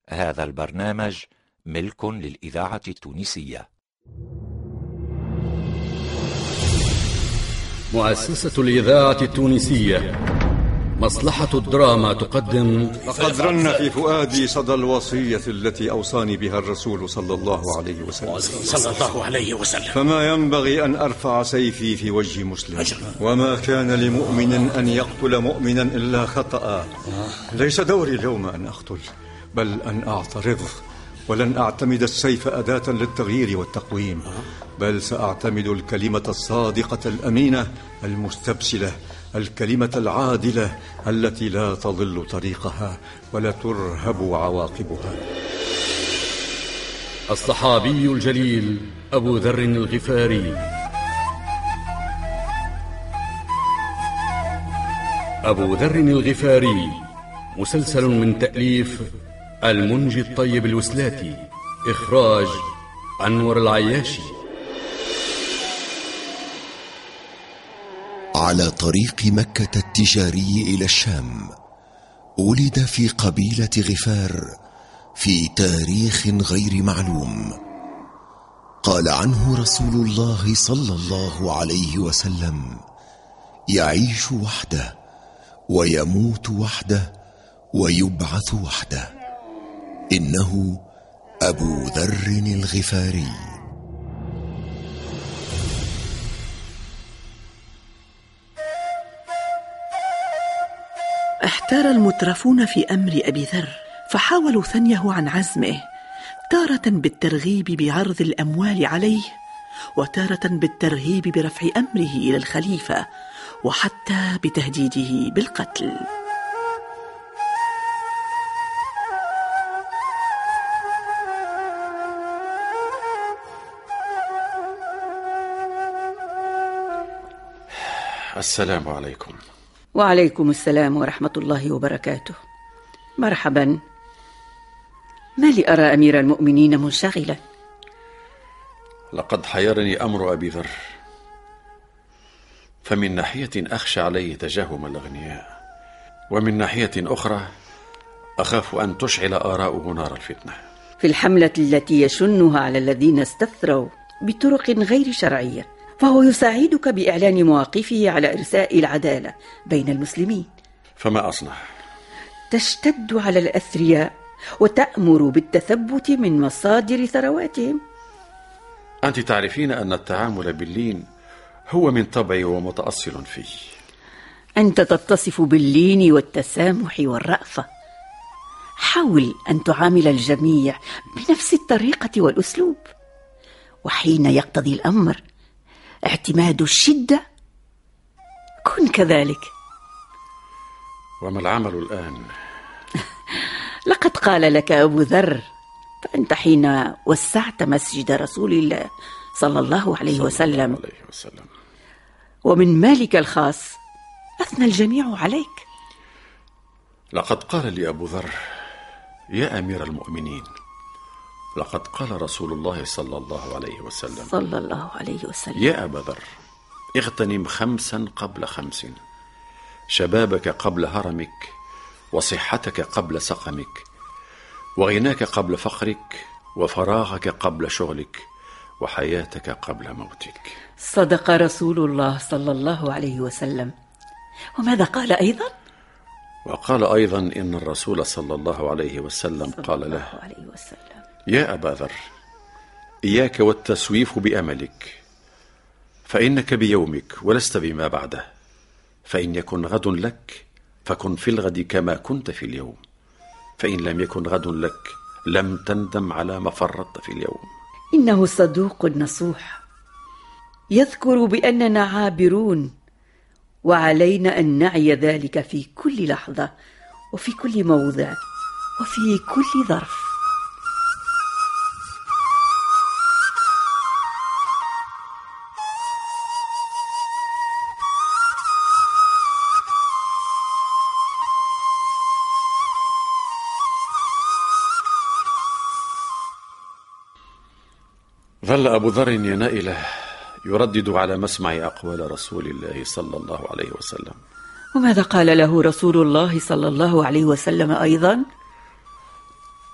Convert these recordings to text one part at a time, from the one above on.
هذا البرنامج ملك للإذاعة التونسية. مؤسسة الإذاعة التونسية مصلحة الدراما تقدم لقد رن في فؤادي صدى الوصية التي أوصاني بها الرسول صلى الله عليه وسلم فما ينبغي أن أرفع سيفي في وجه مسلم، وما كان لمؤمن أن يقتل مؤمنا إلا خطأ. ليس دوري اليوم أن أقتل، بل أن أعترض، ولن أعتمد السيف أداة للتغيير والتقويم، بل سأعتمد الكلمة الصادقة الأمينة المستبسلة، الكلمة العادلة التي لا تضل طريقها ولا ترهب عواقبها. الصحابي الجليل أبو ذر الغفاري. أبو ذر الغفاري مسلسل من تأليف المنجي الطيب الوسلاتي، إخراج أنور العياشي. على طريق مكة التجاري إلى الشام، ولد في قبيلة غفار في تاريخ غير معلوم. قال عنه رسول الله صلى الله عليه وسلم: يعيش وحده ويموت وحده ويبعث وحده. إنه أبو ذر الغفاري. احتار المترفون في أمر أبي ذر، فحاولوا ثنيه عن عزمه، تارة بالترغيب بعرض الأموال عليه، وتارة بالترهيب برفع أمره إلى الخليفة، وحتى بتهديده بالقتل. السلام عليكم. وعليكم السلام ورحمة الله وبركاته. مرحبا. ما لي أرى أمير المؤمنين منشغلا؟ لقد حيرني أمر أبي ذر، فمن ناحية أخشى عليه تجاهم الأغنياء، ومن ناحية أخرى أخاف أن تشعل آراؤه نار الفتنة في الحملة التي يشنها على الذين استثروا بطرق غير شرعية. فهو يساعدك بإعلان مواقفه على إرساء العدالة بين المسلمين. فما أصنع؟ تشتد على الأثرياء وتأمر بالتثبت من مصادر ثرواتهم. أنت تعرفين أن التعامل باللين هو من طبعي ومتأصل فيه. أنت تتصف باللين والتسامح والرأفة. حاول أن تعامل الجميع بنفس الطريقة والأسلوب، وحين يقتضي الأمر اعتماد الشدة كن كذلك. وما العمل الآن؟ لقد قال لك أبو ذر، فأنت حين وسعت مسجد رسول الله صلى الله عليه وسلم ومن مالك الخاص أثنى الجميع عليك. لقد قال لي أبو ذر: يا أمير المؤمنين، لقد قال رسول الله صلى الله عليه وسلم يا أبا ذر، اغتنم 5 قبل 5: شبابك قبل هرمك، وصحتك قبل سقمك، وغناك قبل فقرك، وفراغك قبل شغلك، وحياتك قبل موتك. صدق رسول الله صلى الله عليه وسلم. وماذا قال أيضا؟ وقال أيضا إن الرسول صلى الله عليه وسلم قال له: يا أبا ذر، إياك والتسويف بأملك، فإنك بيومك ولست بما بعده، فإن يكن غد لك فكن في الغد كما كنت في اليوم، فإن لم يكن غد لك لم تندم على ما فرطت في اليوم. إنه صدوق نصوح، يذكر بأننا عابرون، وعلينا أن نعي ذلك في كل لحظة وفي كل موضع وفي كل ظرف. ظل أبو ذر يا نائلة يردد على مسمع أقوال رسول الله صلى الله عليه وسلم. وماذا قال له رسول الله صلى الله عليه وسلم أيضا؟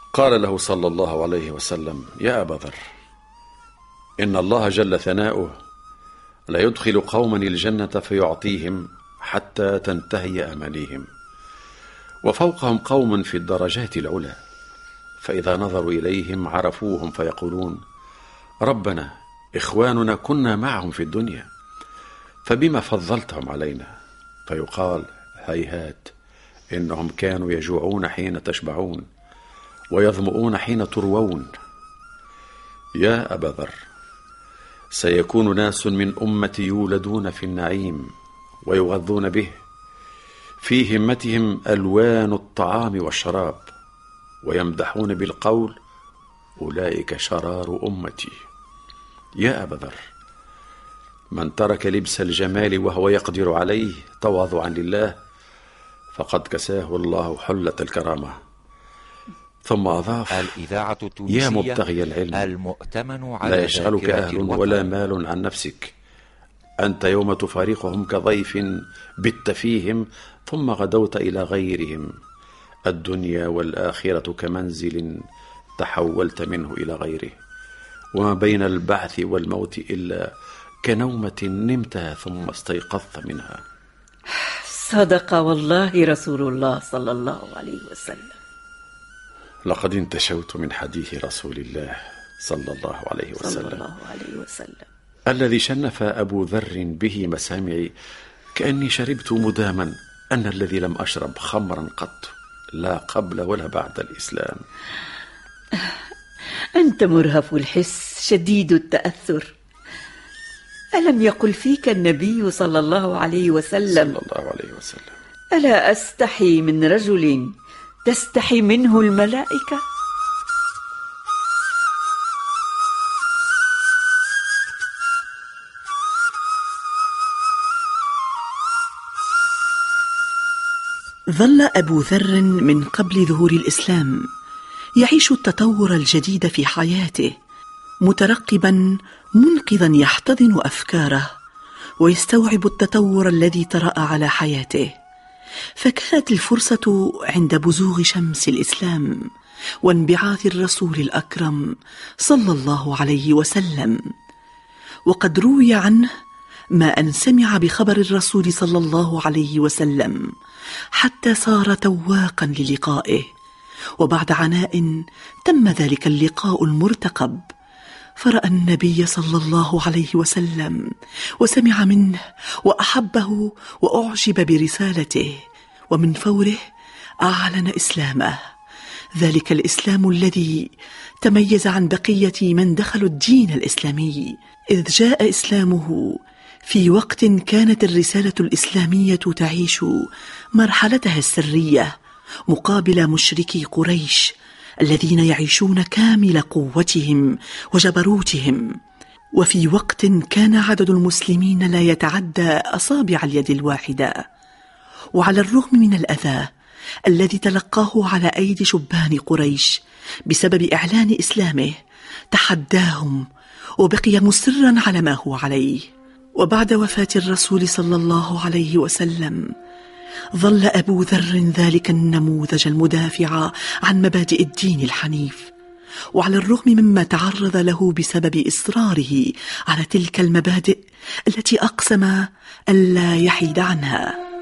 قال له صلى الله عليه وسلم: يا أبا ذر، إن الله جل ثناؤه لا يدخل قوما الجنة فيعطيهم حتى تنتهي أمانيهم، وفوقهم قوم في الدرجات العلى، فإذا نظروا إليهم عرفوهم فيقولون: ربنا إخواننا كنا معهم في الدنيا فبما فضلتهم علينا؟ فيقال: هيهات، إنهم كانوا يجوعون حين تشبعون ويظمؤون حين تروون. يا أبا ذر، سيكون ناس من أمتي يولدون في النعيم ويغذون به، في همتهم ألوان الطعام والشراب، ويمدحون بالقول: أولئك شرار أمتي. يا أبا ذر، من ترك لبس الجمال وهو يقدر عليه تواضعا لله فقد كساه الله حلة الكرامة. ثم أضاف: الإذاعة التونسية يا مبتغي العلم، المؤتمن على لا يشغلك أهل ولا مال عن نفسك، أنت يوم تفارقهم كضيف بت فيهم ثم غدوت إلى غيرهم، الدنيا والآخرة كمنزل تحولت منه إلى غيره، وما بين البعث والموت إلا كنومة نمتها ثم استيقظت منها. صدق والله رسول الله صلى الله عليه وسلم. لقد انتشوت من حديث رسول الله صلى الله عليه وسلم الذي شنف أبو ذر به مسامعي كأني شربت مداما أن الذي لم أشرب خمرا قط، لا قبل ولا بعد الإسلام. أنت مرهف الحس شديد التأثر. ألم يقل فيك النبي صلى الله عليه وسلم: ألا أستحي من رجل تستحي منه الملائكة؟ ظل أبو ذر من قبل ظهور الإسلام يعيش التطور الجديد في حياته، مترقبا منقذا يحتضن أفكاره ويستوعب التطور الذي طرأ على حياته. فكانت الفرصة عند بزوغ شمس الإسلام وانبعاث الرسول الأكرم صلى الله عليه وسلم. وقد روي عنه ما أن سمع بخبر الرسول صلى الله عليه وسلم حتى صار تواقا للقائه، وبعد عناء تم ذلك اللقاء المرتقب، فرأى النبي صلى الله عليه وسلم وسمع منه وأحبه وأعجب برسالته، ومن فوره أعلن إسلامه، ذلك الإسلام الذي تميز عن بقية من دخلوا الدين الإسلامي، إذ جاء إسلامه في وقت كانت الرسالة الإسلامية تعيش مرحلتها السرية مقابل مشركي قريش الذين يعيشون كامل قوتهم وجبروتهم، وفي وقت كان عدد المسلمين لا يتعدى أصابع اليد الواحدة. وعلى الرغم من الأذى الذي تلقاه على أيدي شبان قريش بسبب إعلان إسلامه، تحداهم وبقي مصرا على ما هو عليه. وبعد وفاة الرسول صلى الله عليه وسلم ظل أبو ذر ذلك النموذج المدافع عن مبادئ الدين الحنيف، وعلى الرغم مما تعرض له بسبب إصراره على تلك المبادئ التي أقسم ألا يحيد عنها.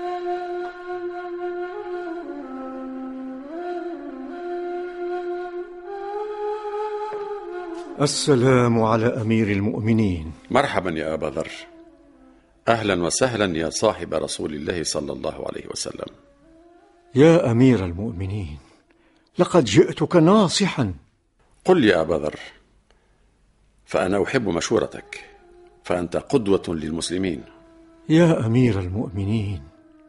السلام على أمير المؤمنين. مرحبا يا أبا ذر، أهلا وسهلا يا صاحب رسول الله صلى الله عليه وسلم. يا أمير المؤمنين، لقد جئتك ناصحا. قل يا أبا ذر، فأنا أحب مشورتك، فأنت قدوة للمسلمين. يا أمير المؤمنين،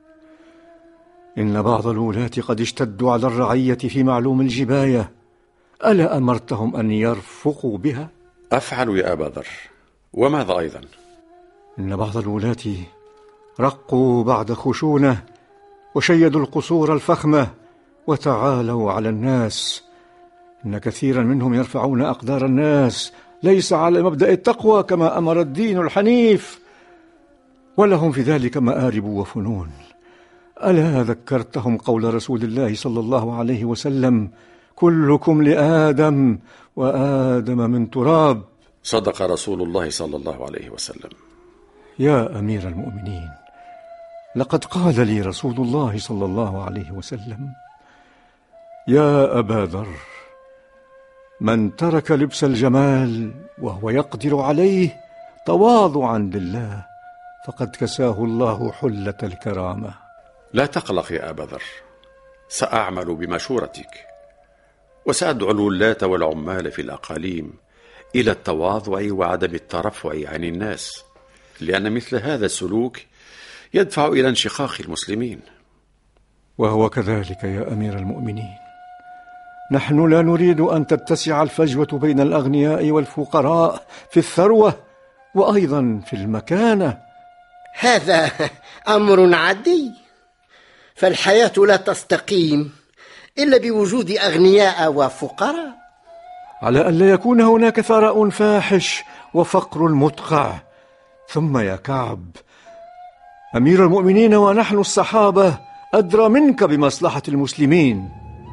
إن بعض الولاة قد اشتدوا على الرعية في معلوم الجباية، ألا أمرتهم أن يرفقوا بها؟ أفعل يا أبا ذر، وماذا أيضا؟ إن بعض الولاة رقوا بعد خشونة وشيدوا القصور الفخمة وتعالوا على الناس. إن كثيرا منهم يرفعون أقدار الناس ليس على مبدأ التقوى كما أمر الدين الحنيف، ولهم في ذلك مآرب وفنون. ألا ذكرتهم قول رسول الله صلى الله عليه وسلم: كلكم لآدم وآدم من تراب. صدق رسول الله صلى الله عليه وسلم. يا أمير المؤمنين، لقد قال لي رسول الله صلى الله عليه وسلم: يا أبا ذر، من ترك لبس الجمال وهو يقدر عليه تواضعا لله فقد كساه الله حلة الكرامة. لا تقلق يا أبا ذر، سأعمل بمشورتك، وسأدعو الولاة والعمال في الأقاليم إلى التواضع وعدم الترفع عن الناس، لأن مثل هذا السلوك يدفع إلى انشقاق المسلمين. وهو كذلك يا أمير المؤمنين، نحن لا نريد أن تتسع الفجوة بين الأغنياء والفقراء في الثروة وأيضا في المكانة. هذا أمر عادي، فالحياة لا تستقيم إلا بوجود أغنياء وفقراء، على أن لا يكون هناك ثراء فاحش وفقر مدقع. ثم يا كعب أمير المؤمنين ونحن الصحابة أدرى منك بمصلحة المسلمين.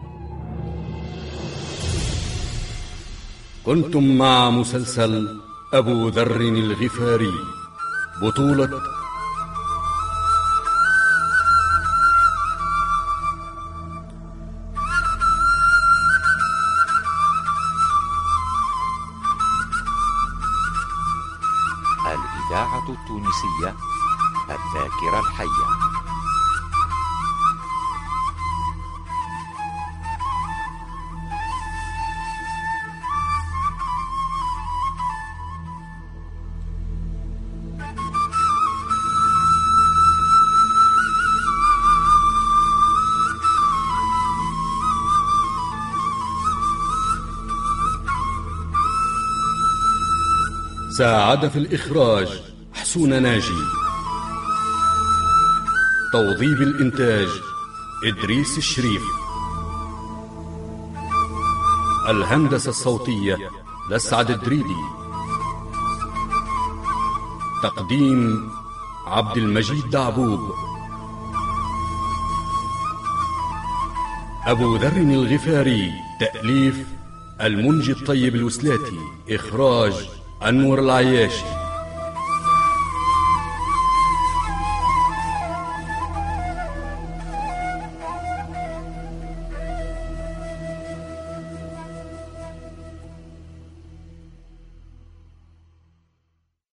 كنتم مع مسلسل أبو ذر الغفاري، بطولة الإذاعة التونسية الذاكرة الحية. ساعد في الإخراج حسون ناجي، توظيف الإنتاج إدريس الشريف، الهندسة الصوتية لسعد الدريدي، تقديم عبد المجيد دعبوب. أبو ذر الغفاري، تأليف المنجي الطيب الوسلاتي، إخراج أنور العياشي.